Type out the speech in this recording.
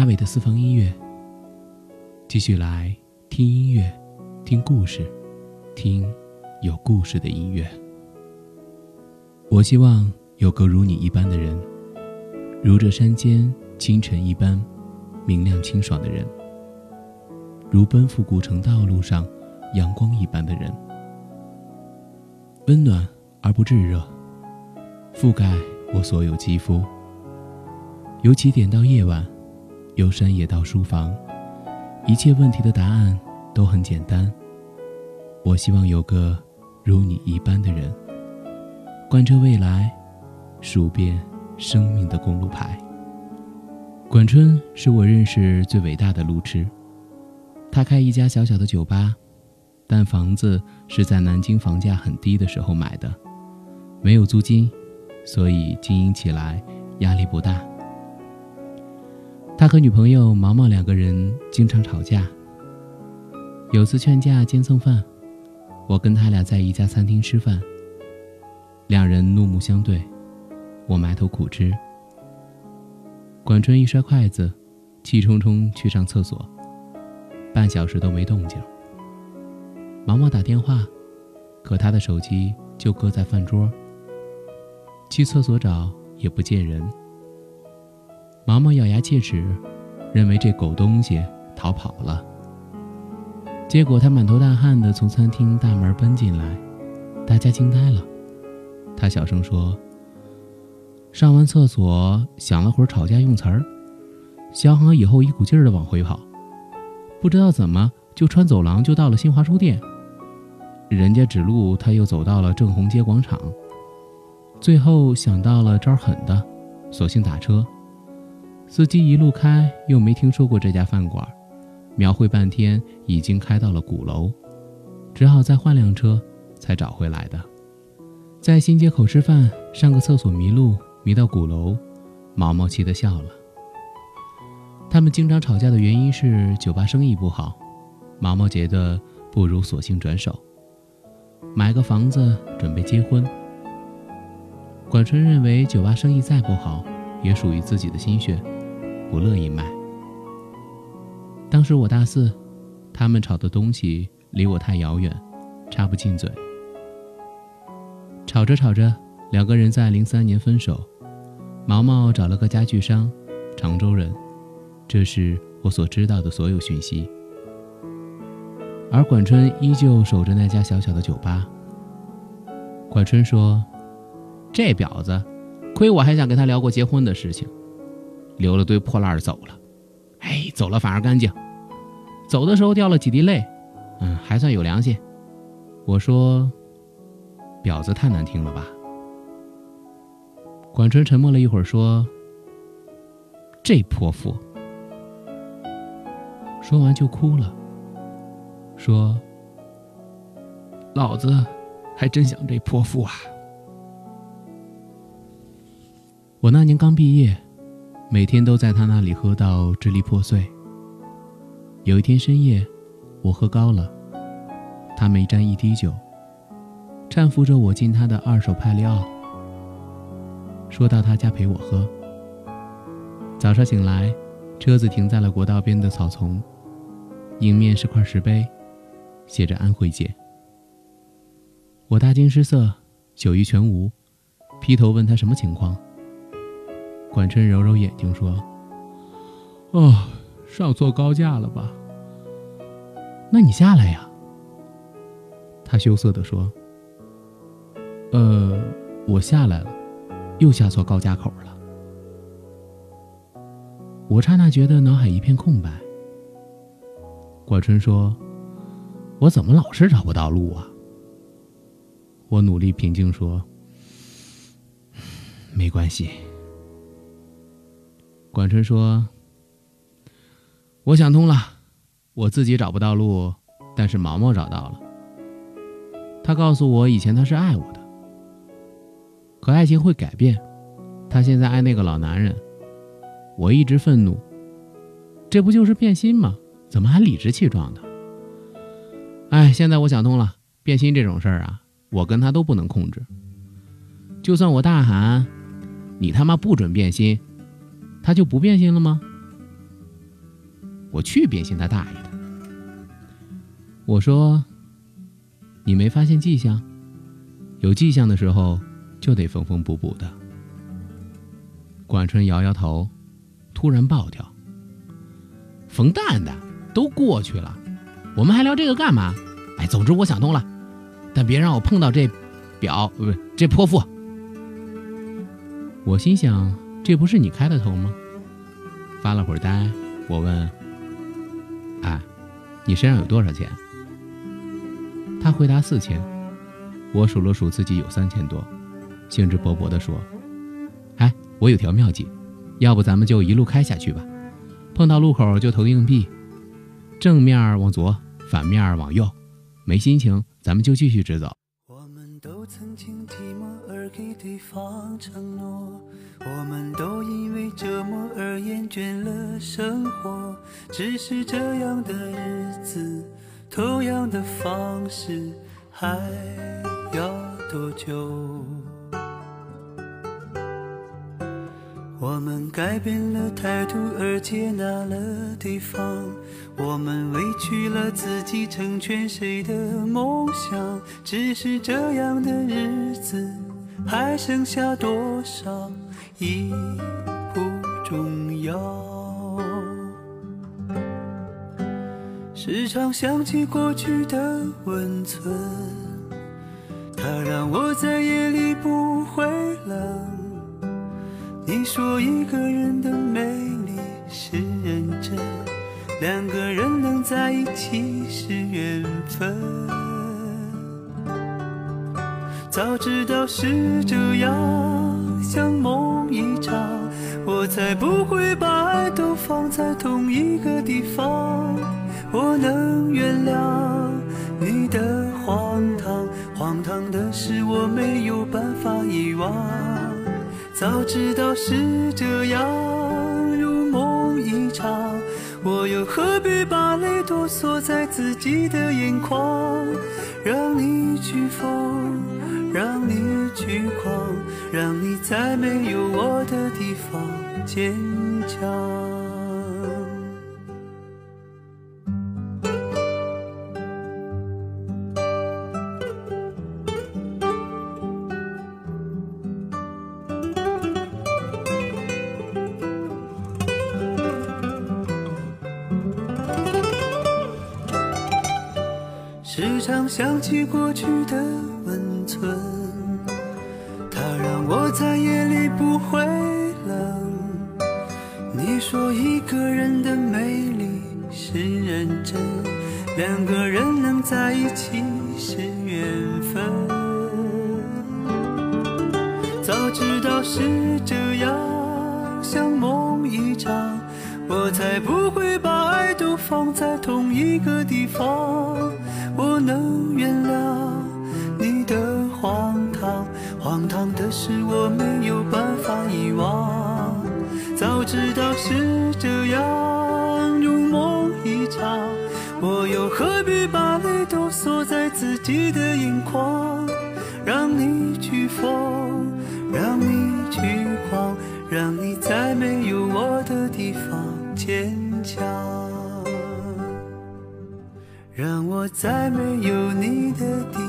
马尾的私房音乐，继续来听音乐，听故事，听有故事的音乐。我希望有个如你一般的人，如这山间清晨一般明亮清爽的人，如奔赴古城道路上阳光一般的人，温暖而不炙热，覆盖我所有肌肤。由起点到夜晚，由山野到书房，一切问题的答案都很简单。我希望有个如你一般的人，贯彻未来，数遍生命的公路牌。管春是我认识最伟大的路痴，他开一家小小的酒吧，但房子是在南京房价很低的时候买的，没有租金，所以经营起来压力不大。他和女朋友毛毛两个人经常吵架，有次劝架兼蹭饭，我跟他俩在一家餐厅吃饭，两人怒目相对，我埋头苦吃。管春一摔筷子，气冲冲去上厕所，半小时都没动静。毛毛打电话，可他的手机就搁在饭桌，去厕所找也不见人。毛毛咬牙切齿，认为这狗东西逃跑了。结果他满头大汗地从餐厅大门奔进来，大家惊呆了。他小声说，上完厕所想了会儿吵架用词儿，想好以后一股劲儿地往回跑，不知道怎么就穿走廊就到了新华书店，人家指路他又走到了正红街广场，最后想到了招狠的，索性打车。司机一路开，又没听说过这家饭馆，描绘半天已经开到了鼓楼，只好再换辆车才找回来的。在新街口吃饭，上个厕所迷路，迷到鼓楼，毛毛气得笑了。他们经常吵架的原因是酒吧生意不好，毛毛觉得不如索性转手，买个房子准备结婚。管春认为酒吧生意再不好，也属于自己的心血，不乐意卖。当时我大4，他们吵的东西离我太遥远，插不进嘴。吵着吵着，两个人在03年分手。毛毛找了个家具商，常州人，这是我所知道的所有讯息。而管春依旧守着那家小小的酒吧。管春说，这婊子亏我还想跟他聊过结婚的事情，留了堆破烂走了。走了反而干净，走的时候掉了几滴泪，还算有良心。我说，婊子太难听了吧。管春沉默了一会儿说，这泼妇。说完就哭了，说，老子还真想这泼妇啊。我那年刚毕业，每天都在他那里喝到支离破碎。有一天深夜，我喝高了，他没沾一滴酒，搀扶着我进他的2手派利奥，说到他家陪我喝。早上醒来，车子停在了国道边的草丛，迎面是块石碑，写着安慧姐。我大惊失色，酒意全无，劈头问他什么情况。管春揉揉眼睛说，上错高架了吧。那你下来呀。他羞涩地说，我下来了，又下错高架口了。我刹那觉得脑海一片空白。管春说，我怎么老是找不到路啊。我努力平静说，没关系。管春说，我想通了，我自己找不到路，但是毛毛找到了。他告诉我以前他是爱我的，可爱情会改变，他现在爱那个老男人。我一直愤怒，这不就是变心吗？怎么还理直气壮的？现在我想通了，变心这种事儿啊，我跟他都不能控制。就算我大喊，你他妈不准变心，他就不变心了吗？ 我去变心他大爷的！我说，你没发现迹象？有迹象的时候就得缝缝补补的。管春摇摇头，突然暴跳：冯蛋的，都过去了，我们还聊这个干嘛？哎，总之我想通了，但别让我碰到这这泼妇。我心想，这不是你开的头吗？发了会儿呆，我问：哎，你身上有多少钱？他回答4000。我数了数自己有3000多，兴致勃勃地说：哎，我有条妙计，要不咱们就一路开下去吧，碰到路口就投硬币，正面往左，反面往右，没心情咱们就继续直走。 我们都曾经寂寞而给对方承诺，我们都因为折磨而厌倦了生活，只是这样的日子，同样的方式，还要多久？我们改变了态度而接纳了对方，我们委屈了自己成全谁的梦想，只是这样的日子还剩下多少已不重要。时常想起过去的温存，它让我在夜里不会冷。你说一个人的美丽是认真，两个人能在一起是缘分。早知道是这样，像梦一场，我才不会把爱都放在同一个地方。我能原谅你的荒唐，荒唐的是我没有办法遗忘。早知道是这样，如梦一场，我又何必把泪都锁在自己的眼眶？让你去疯，让你去狂，让你在没有我的地方坚强。时常想起过去的温存，它让我在夜里不会冷。你说一个人的美丽是认真，两个人能在一起是缘分。早知道是这样，像梦一场，我才不会把爱都放在同一个地方。我能原谅你的荒唐，荒唐的是我没有办法遗忘。早知道是这样，如梦一场，我又何必把泪都锁在自己的眼眶？让你去疯，让你去狂，让你在没有我的地方坚强。让我在没有你的地